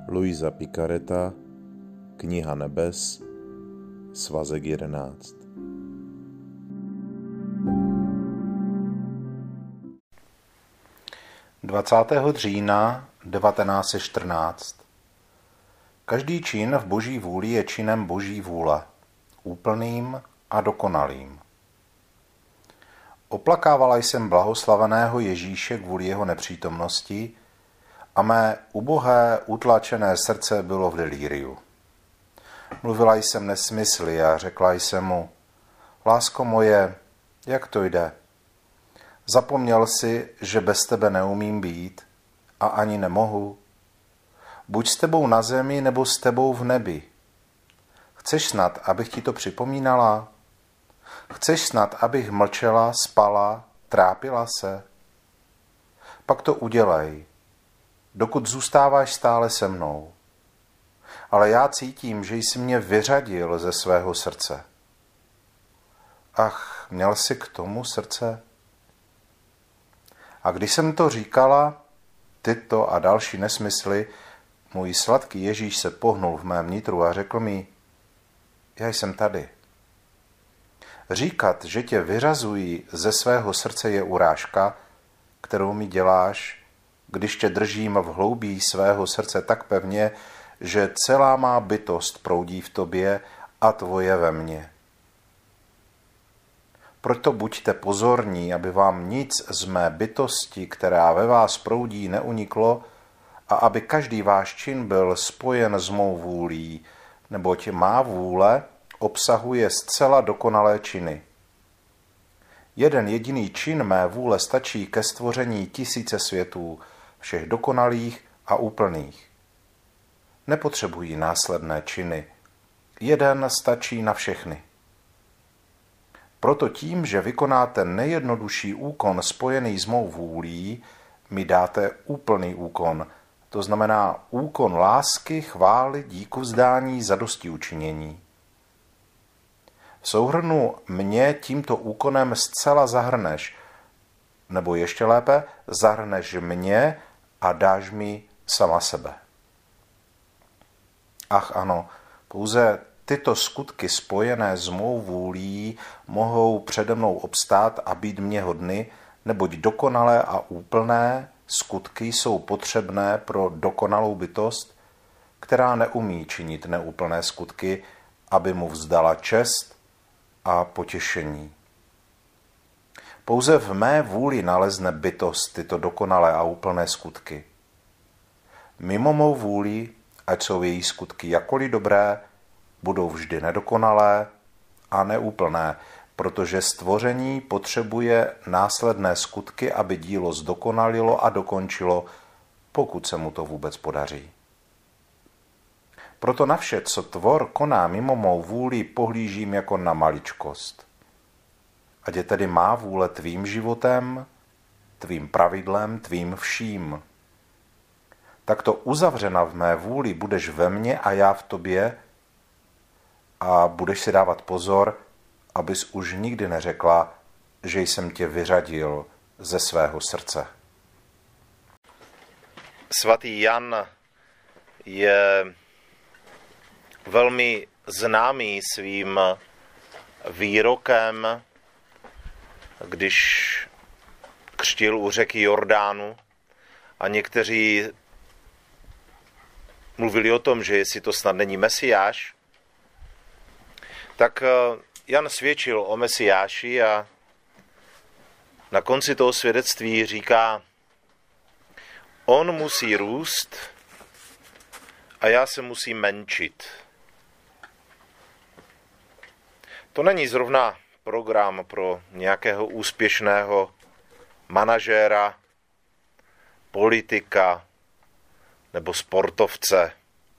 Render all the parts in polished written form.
Luisa Picareta, Kniha nebes, svazek 11. října 1914. Každý čin v Boží vůli je činem Boží vůle, úplným a dokonalým. Oplakávala jsem blahoslaveného Ježíše kvůli jeho nepřítomnosti a mé ubohé, utlačené srdce bylo v delíriu. Mluvila jsem nesmysly a řekla jsem mu: Lásko moje, jak to jde? Zapomněl jsi, že bez tebe neumím být a ani nemohu? Buď s tebou na zemi, nebo s tebou v nebi. Chceš snad, abych ti to připomínala? Chceš snad, abych mlčela, spala, trápila se? Pak to udělej, dokud zůstáváš stále se mnou. Ale já cítím, že jsi mě vyřadil ze svého srdce. Ach, měl jsi k tomu srdce? A když jsem to říkala, tyto a další nesmysly, můj sladký Ježíš se pohnul v mém nitru a řekl mi: Já jsem tady. Říkat, že tě vyřazují ze svého srdce, je urážka, kterou mi děláš, když tě držím v hloubí svého srdce tak pevně, že celá má bytost proudí v tobě a tvoje ve mně. Proto buďte pozorní, aby vám nic z mé bytosti, která ve vás proudí, neuniklo, a aby každý váš čin byl spojen s mou vůlí, neboť má vůle obsahuje zcela dokonalé činy. Jeden jediný čin mé vůle stačí ke stvoření tisíce světů, všech dokonalých a úplných. Nepotřebují následné činy. Jeden stačí na všechny. Proto tím, že vykonáte nejjednodušší úkon spojený s mou vůlí, mi dáte úplný úkon, to znamená úkon lásky, chvály, díkovzdání, zadostiučinění. V souhrnu mě tímto úkonem zcela zahrneš, nebo ještě lépe, zahrneš mě a dáš mi sama sebe. Ach ano, pouze tyto skutky spojené s mou vůlí mohou přede mnou obstát a být mě hodny, neboť dokonalé a úplné skutky jsou potřebné pro dokonalou bytost, která neumí činit neúplné skutky, aby mu vzdala čest a potěšení. Pouze v mé vůli nalezne bytost tyto dokonalé a úplné skutky. Mimo mou vůli, ať jsou její skutky jakkoliv dobré, budou vždy nedokonalé a neúplné, protože stvoření potřebuje následné skutky, aby dílo zdokonalilo a dokončilo, pokud se mu to vůbec podaří. Proto na vše, co tvor koná mimo mou vůli, pohlížím jako na maličkost. Ať je tedy má vůle tvým životem, tvým pravidlem, tvým vším. Takto uzavřena v mé vůli budeš ve mně a já v tobě a budeš si dávat pozor, abys už nikdy neřekla, že jsem tě vyřadil ze svého srdce. Svatý Jan je velmi známý svým výrokem, když křtil u řeky Jordánu a někteří mluvili o tom, že jestli to snad není Mesiáš, tak Jan svědčil o Mesiáši a na konci toho svědectví říká: on musí růst a já se musím menšit. To není zrovna program pro nějakého úspěšného manažéra, politika nebo sportovce.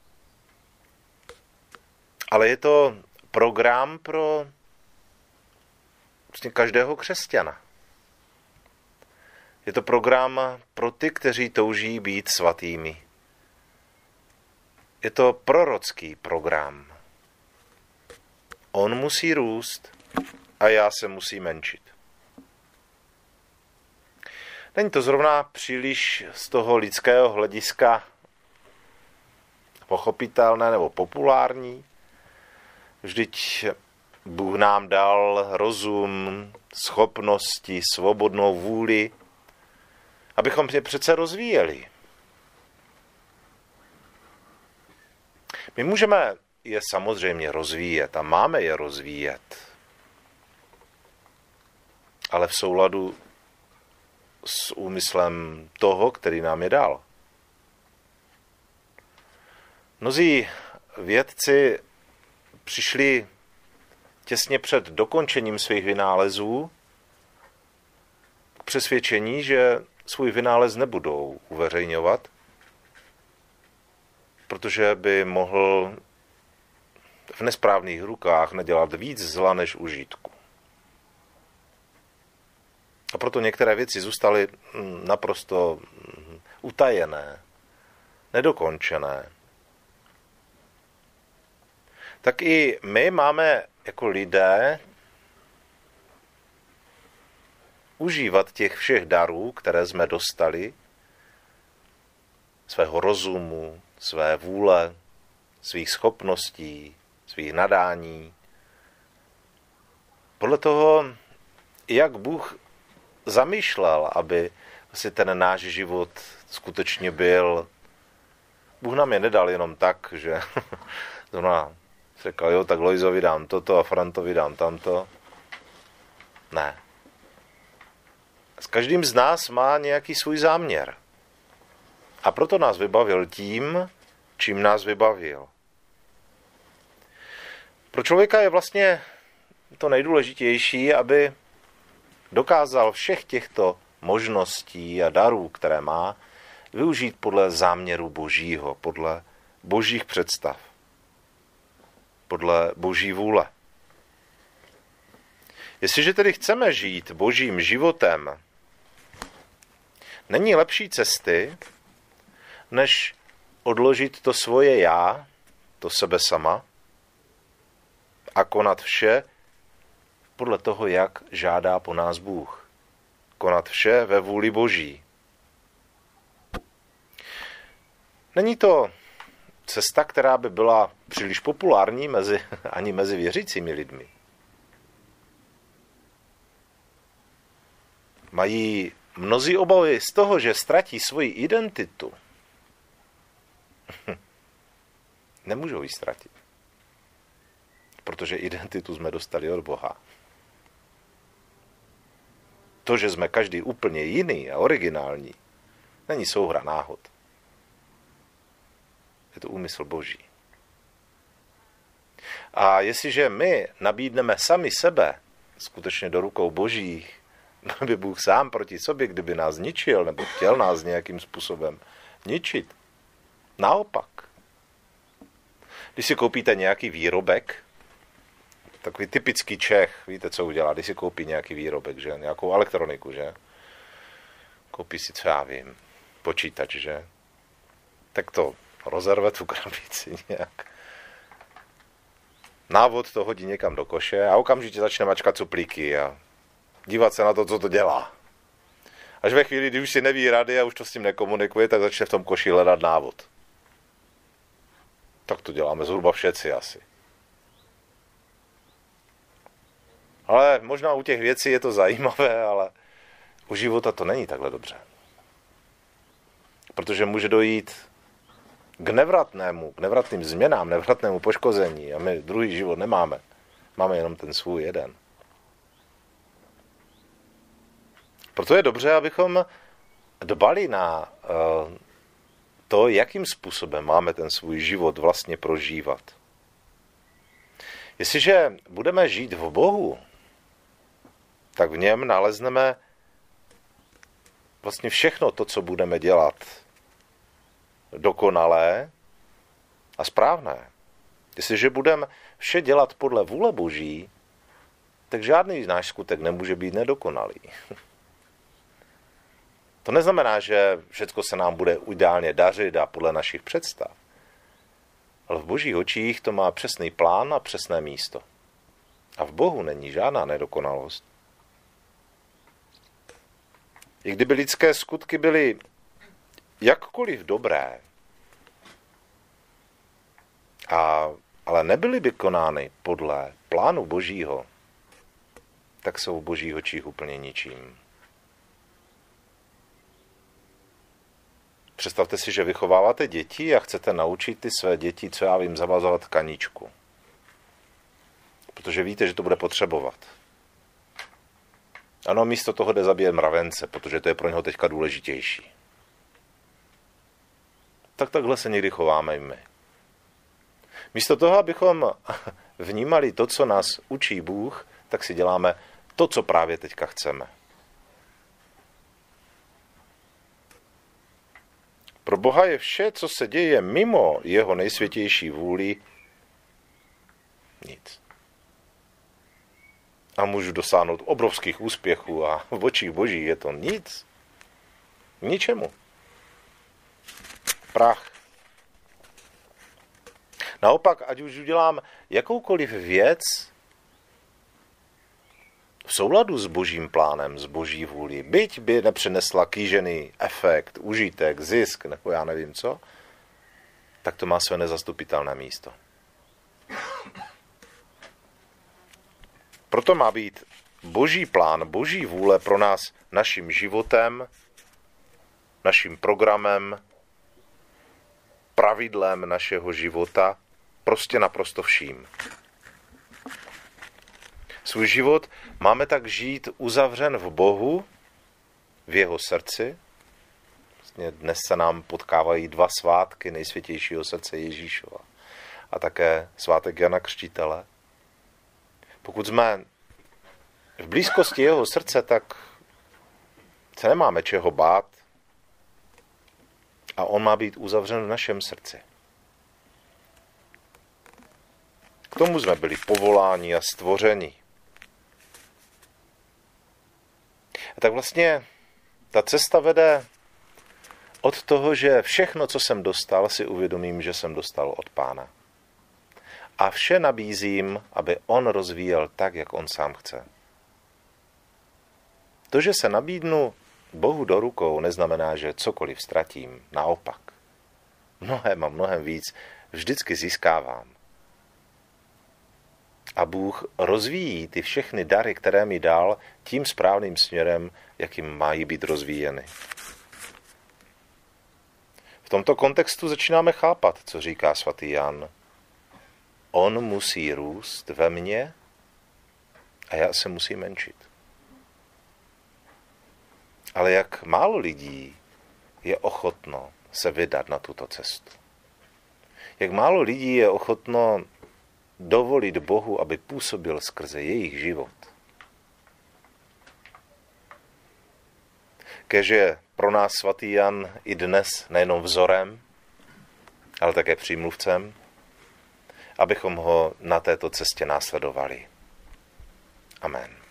Ale je to program pro vlastně každého křesťana. Je to program pro ty, kteří touží být svatými. Je to prorocký program. On musí růst a já se musím menšit. Není to zrovna příliš z toho lidského hlediska pochopitelné nebo populární. Vždyť Bůh nám dal rozum, schopnosti, svobodnou vůli, abychom je přece rozvíjeli. My můžeme je samozřejmě rozvíjet a máme je rozvíjet, ale v souladu s úmyslem toho, který nám je dal. Mnozí vědci přišli těsně před dokončením svých vynálezů k přesvědčení, že svůj vynález nebudou uveřejňovat, protože by mohl v nesprávných rukách nedělat víc zla než užitku. A proto některé věci zůstaly naprosto utajené, nedokončené. Tak i my máme jako lidé užívat těch všech darů, které jsme dostali, svého rozumu, své vůle, svých schopností, svých nadání. Podle toho, jak Bůh zamýšlel, aby si ten náš život skutečně byl. Bůh nám je nedal jenom tak, že řekl, jo, tak Lojzovi dám toto a Frantovi dám tamto. Ne. S každým z nás má nějaký svůj záměr. A proto nás vybavil tím, čím nás vybavil. Pro člověka je vlastně to nejdůležitější, aby dokázal všech těchto možností a darů, které má, využít podle záměru Božího, podle božích představ, podle boží vůle. Jestliže tedy chceme žít božím životem, není lepší cesty, než odložit to svoje já, to sebe sama, a konat vše podle toho, jak žádá po nás Bůh. Konat vše ve vůli Boží. Není to cesta, která by byla příliš populární ani mezi věřícími lidmi. Mají mnozí obavy z toho, že ztratí svoji identitu. Nemůžou ji ztratit. Protože identitu jsme dostali od Boha. To, že jsme každý úplně jiný a originální, není souhra náhod. Je to úmysl Boží. A jestliže my nabídneme sami sebe skutečně do rukou Božích, by Bůh sám proti sobě, kdyby nás ničil, nebo chtěl nás nějakým způsobem ničit. Naopak. Když si koupíte nějaký výrobek, takový typický Čech, víte, co udělá, když si koupí nějaký výrobek, že? Nějakou elektroniku, že? Koupí si, co já vím, počítač, že? Tak to rozerve tu krabici nějak. Návod to hodí někam do koše a okamžitě začne mačkat cuplíky a dívat se na to, co to dělá. Až ve chvíli, kdy už si neví rady a už to s tím nekomunikuje, tak začne v tom koši hledat návod. Tak to děláme zhruba všetci asi. Ale možná u těch věcí je to zajímavé, ale u života to není takhle dobře. Protože může dojít k nevratným změnám, nevratnému poškození a my druhý život nemáme. Máme jenom ten svůj jeden. Proto je dobře, abychom dbali na to, jakým způsobem máme ten svůj život vlastně prožívat. Jestliže budeme žít v Bohu, tak v něm nalezneme vlastně všechno to, co budeme dělat, dokonalé a správné. Jestliže budeme vše dělat podle vůle Boží, tak žádný náš skutek nemůže být nedokonalý. To neznamená, že všechno se nám bude ideálně dařit a podle našich představ. Ale v Božích očích to má přesný plán a přesné místo. A v Bohu není žádná nedokonalost. I kdyby lidské skutky byly jakkoliv dobré, Ale nebyly by konány podle plánu Božího, tak jsou v Božích očích úplně ničím. Představte si, že vychováváte děti a chcete naučit ty své děti, co já vím, zavazovat kaničku. Protože víte, že to bude potřebovat. Ano, místo toho jde zabíjet mravence, protože to je pro něho teďka důležitější. Tak takhle se někdy chováme i my. Místo toho, abychom vnímali to, co nás učí Bůh, tak si děláme to, co právě teďka chceme. Pro Boha je vše, co se děje mimo jeho nejsvětější vůli, nic. A můžu dosáhnout obrovských úspěchů a v očích Boží je to nic. K ničemu. Prach. Naopak, ať už udělám jakoukoliv věc v souladu s Božím plánem, s Boží vůlí, byť by nepřinesla kýžený efekt, užitek, zisk, nebo já nevím co, tak to má své nezastupitelné místo. Proto má být Boží plán, Boží vůle pro nás naším životem, naším programem, pravidlem našeho života, prostě naprosto vším. Svůj život máme tak žít uzavřen v Bohu, v jeho srdci. Vlastně dnes se nám potkávají 2 svátky nejsvětějšího srdce Ježíšova a také svátek Jana Křtitele. Pokud jsme v blízkosti jeho srdce, tak se nemáme čeho bát a on má být uzavřen v našem srdci. K tomu jsme byli povoláni a stvořeni. A tak vlastně ta cesta vede od toho, že všechno, co jsem dostal, si uvědomím, že jsem dostal od Pána. A vše nabízím, aby on rozvíjel tak, jak on sám chce. To, že se nabídnu Bohu do rukou, neznamená, že cokoliv ztratím. Naopak. Mnohem a mnohem víc vždycky získávám. A Bůh rozvíjí ty všechny dary, které mi dal, tím správným směrem, jakým mají být rozvíjeny. V tomto kontextu začínáme chápat, co říká svatý Jan. On musí růst ve mně a já se musím menšit. Ale jak málo lidí je ochotno se vydat na tuto cestu. Jak málo lidí je ochotno dovolit Bohu, aby působil skrze jejich život. Kéž je pro nás svatý Jan i dnes nejenom vzorem, ale také přímluvcem, abychom ho na této cestě následovali. Amen.